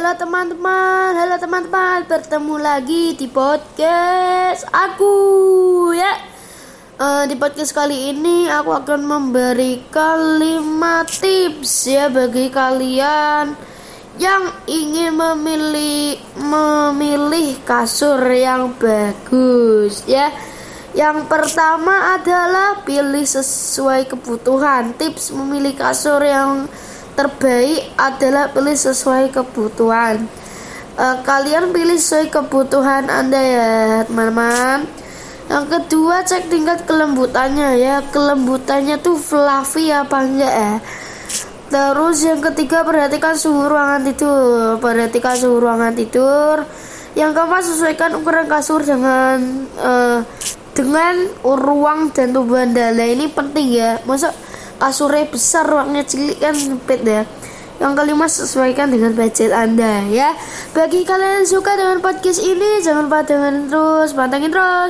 Halo teman-teman, bertemu lagi di podcast aku ya. Di podcast kali ini aku akan memberikan 5 tips ya bagi kalian yang ingin memilih kasur yang bagus ya. Yang pertama adalah pilih sesuai kebutuhan. Tips memilih kasur yang terbaik adalah pilih sesuai kebutuhan. Kalian pilih sesuai kebutuhan Anda ya teman-teman. Yang kedua, cek tingkat kelembutannya ya. Kelembutannya tuh fluffy apa enggak ya. Terus yang ketiga, perhatikan suhu ruangan tidur. Yang keempat, sesuaikan ukuran kasur dengan ruang dan tubuh Anda. Nah, ini penting ya. Masa kasurnya besar, ruangnya cilik kan sempit ya. Yang kelima, sesuaikan dengan budget Anda ya. Bagi kalian yang suka dengan podcast ini, jangan lupa dengerin terus, pantengin terus.